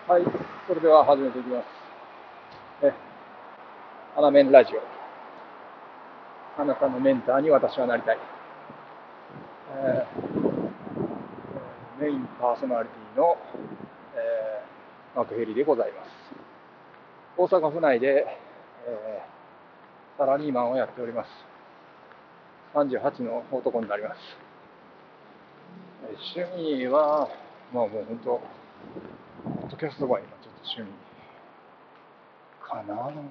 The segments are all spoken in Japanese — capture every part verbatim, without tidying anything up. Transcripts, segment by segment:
はい、それでは始めていきます。え、アナメンラジオ。あなたのメンターに私はなりたい。えーメインパーソナリティの、えーマクヘリでございます。大阪府内で、えーサラリーマンをやっております。さんじゅうはちの男になります。趣味は、まあもう本当、ポッドキャストが今ちょっと趣味かな。うん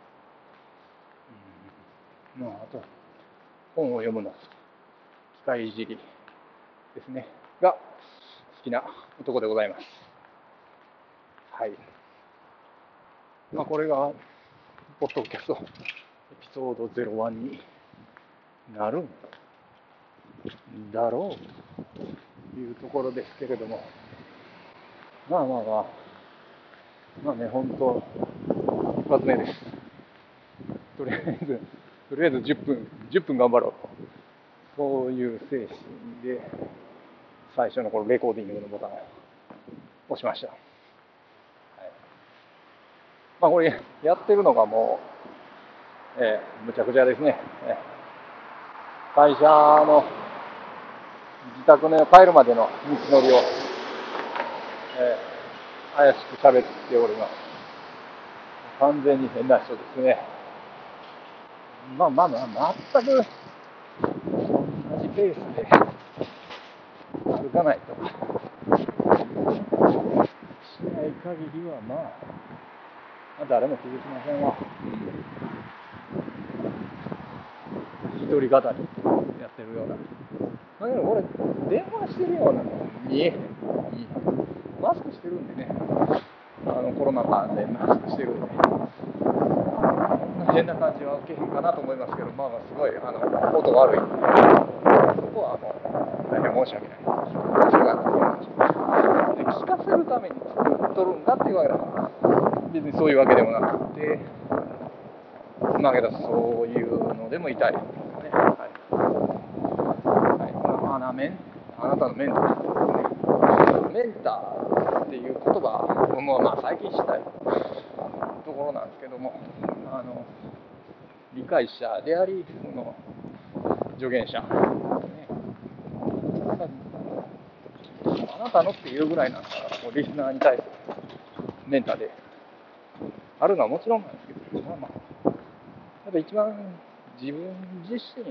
、まあ、あと、本を読むの、機械いじりですね。が好きな男でございます。はい。まあ、これが、ポッドキャストエピソードゼロいちになるんだろうというところですけれども、まあまあまあ、まあね、本当、一発目です。とりあえず、とりあえずじゅっぷん、じゅっぷん頑張ろうと。そういう精神で、最初のこのレコーディングのボタンを押しました。はい、まあこれ、やってるのがもう、えー、むちゃくちゃですね。えー、会社の自宅の帰るまでの道のりを、えー、怪しく喋っております。完全に変な人ですね。まあまあまあ、全く同じペースで歩かないとしない限りは、まあ、まあ、誰も気づきませんわ。一人語りやってるような。だけど俺、電話してるようなの見えへん。マスクしてるんでね。あのコロナ禍でマスクしてるんで。変な感じは受けへんかなと思いますけど、まあまあすごいあの音悪い。そこはもう大変申し訳ない。申し訳ない。で聞かせるために作っとるんだっていうわけだから、別にそういうわけでもなくて、まあけどそういうのでも痛いですね。はい。はい、まあ、メンあなたのメンター、メンターっていう言葉もまあ最近知ったところなんですけども、あの理解者であり、その助言者、ね、あなたのっていうぐらいなんだから、リスナーに対するメンターであるのはもちろんなんですけど、まあまあ、やっぱ一番自分自身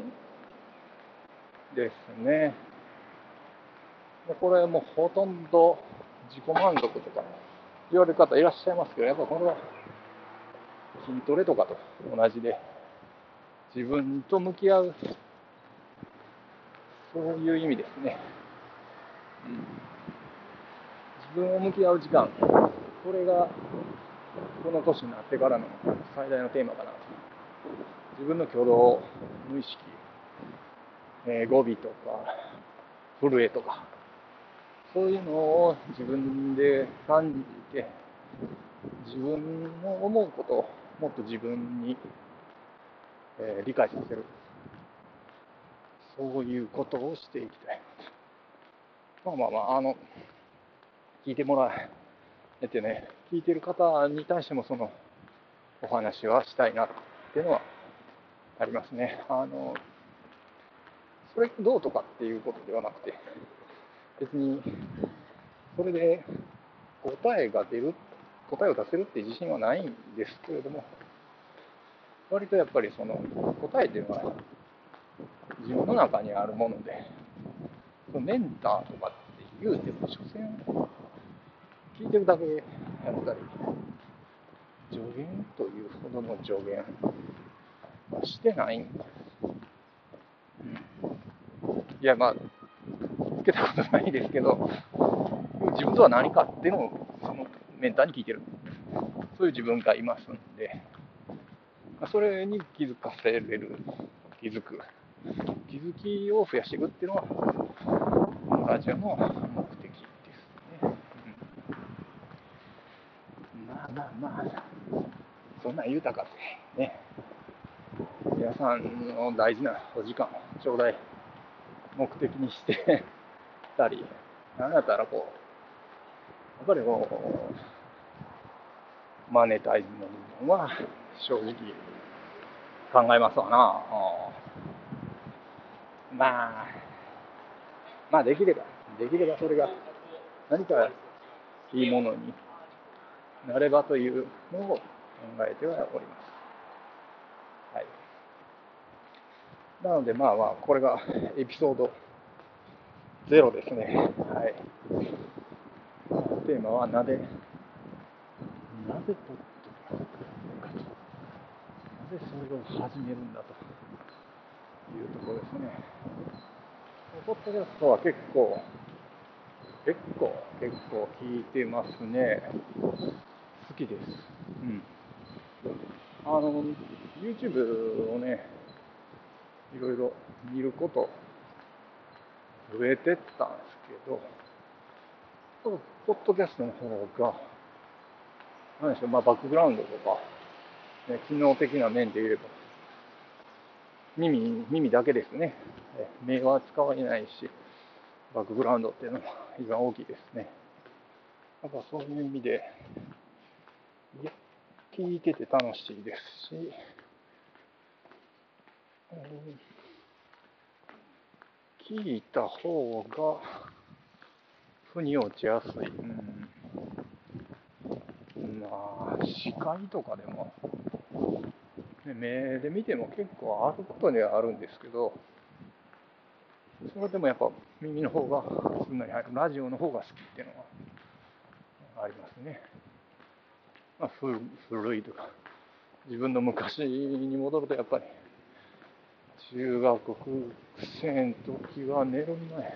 ですね。これもうほとんど自己満足とか言われる方いらっしゃいますけど、やっぱこれは筋トレとかと同じで、自分と向き合う、そういう意味ですね。うん、自分を向き合う時間、これがこの年になってからの最大のテーマかなと。自分の挙動、無意識、えー、語尾とか震えとか、そういうのを自分で感じて、自分の思うことをもっと自分に、えー、理解させる、そういうことをしていきたい。まあまあまあ、あの聞いてもらえてね、聞いてる方に対してもそのお話はしたいなっていうのはありますね。あのそれどうとかっていうことではなくて、別にそれで答えが出る、答えを出せるって自信はないんですけれども、割とやっぱりその答えっていうのは自分の中にあるもので、そのメンターとかって言うても、所詮聞いてるだけやったり、助言というほどの助言はしてないんです。うん、いや、まあ、つけたことないですけど、自分とは何かっていうのをそのメンターに聞いてる。そういう自分がいますんで、それに気づかせれる、気づく、気づきを増やしていくっていうのは、このラジオの目的ですね。うん、まあまあまあ、そんなん言うたかってね、皆さんの大事なお時間をちょうだい目的にしてたり、なんだったらこう、やっぱりこマネタイズの部分は正直考えますわな。まあまあできればできればそれが何かいいものになればというのを考えてはおります。はい。なのでまあまあこれがエピソードゼロですね。はい。テーマはなぜなぜポッドキャストかと、なぜそれを始めるんだというところですね。ポッドキャストは結構結構結構聞いてますね。好きです。うん。あの YouTube をね、いろいろ見ること増えてったんですけど、ポッドキャストの方が何でしょう、まあバックグラウンドとか、ね、機能的な面で言えば耳耳だけですね。目は使われないし、バックグラウンドっていうのは一番大きいですね。やっぱそういう意味で聞いてて楽しいですし、聞いた方が腑に落ちやすい。うん、まあ視界とかでも、ね、目で見ても結構あることにはあるんですけど、それでもやっぱ耳の方がすんなり入る、ラジオの方が好きっていうのはありますね。まあ、古いとか自分の昔に戻るとやっぱり中学生の時は寝る前ラ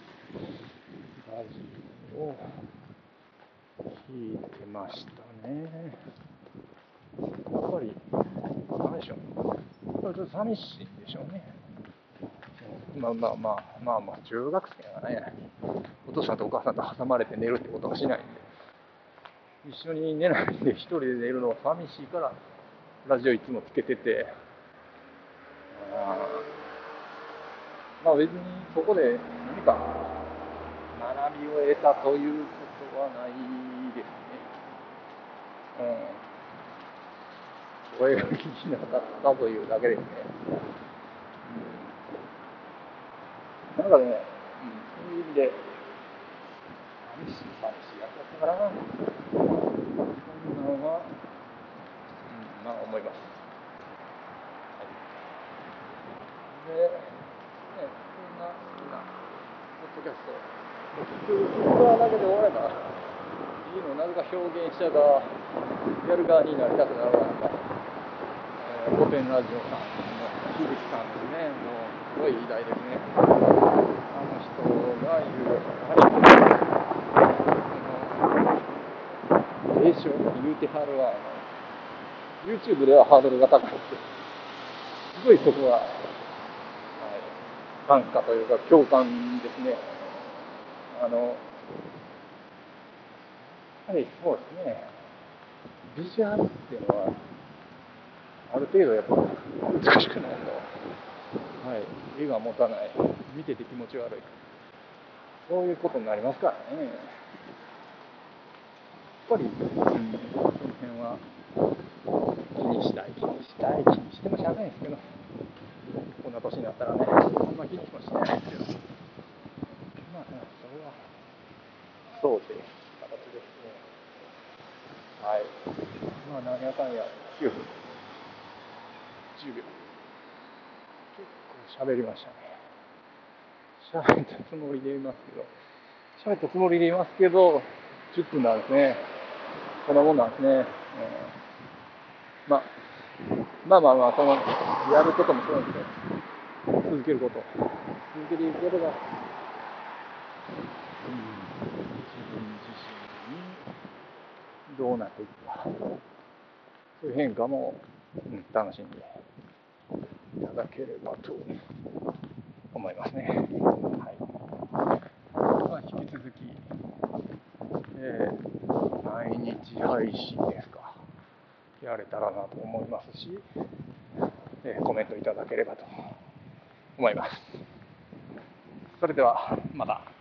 ジオを聞いてましたね。やっぱり何でしょう、ちょっと寂しいんでしょうね。まあまあまあまあまあ中学生はね、お父さんとお母さんと挟まれて寝るってことはしないんで、一緒に寝ないで一人で寝るのは寂しいからラジオいつもつけてて、あまあ別にそこで何か学びを得たということはないですね。うん。声が聞きなかったというだけですね。うん、なんかね、うん、そういう意味で寂しい寂しいやつだったかな。そんなのは、うん、まあ思います。はい、で、ね、そんな好きなポッドキャスト、聞く側だけで終わればいいのをなぜか表現者がやる側になりたくなるわけだ。えー、古典ラジオさんの樋口さんですね。もうすごい偉大ですね。あの人が言う、やはり名称言うてはるわ。YouTube ではハードルが高くて、すごいそこは、はい、感化というか共感ですね。あの、やはりそうですね。ビジュアルっていうのはある程度やっぱ美しくないと、はい、絵が持たない、見てて気持ち悪い、そういうことになりますからね。やっぱり、うん、その辺は気にしたい気にしたい気にしてもしゃあないですけど、こんな年になったらね、あんま気にもしないですけど、まあまあそれはそうという形ですね。はい。まあ何やかんやきゅうふんじゅうびょう、結構喋りましたね。喋ったつもりでいますけど、喋ったつもりでいますけど、じゅっぷんなんですね。こんなもんなんですね。うん、まあ、まあまあまあ、その、やることもそうですけど、続けること、続けていくことが、うん、自分自身にどうなっていくか、そういう変化も、うん、楽しんでいただければと思いますね。はい。まあ、引き続き、えー、毎日配信ですか、やれたらなと思いますし、えー、コメントいただければと思います。それではまた。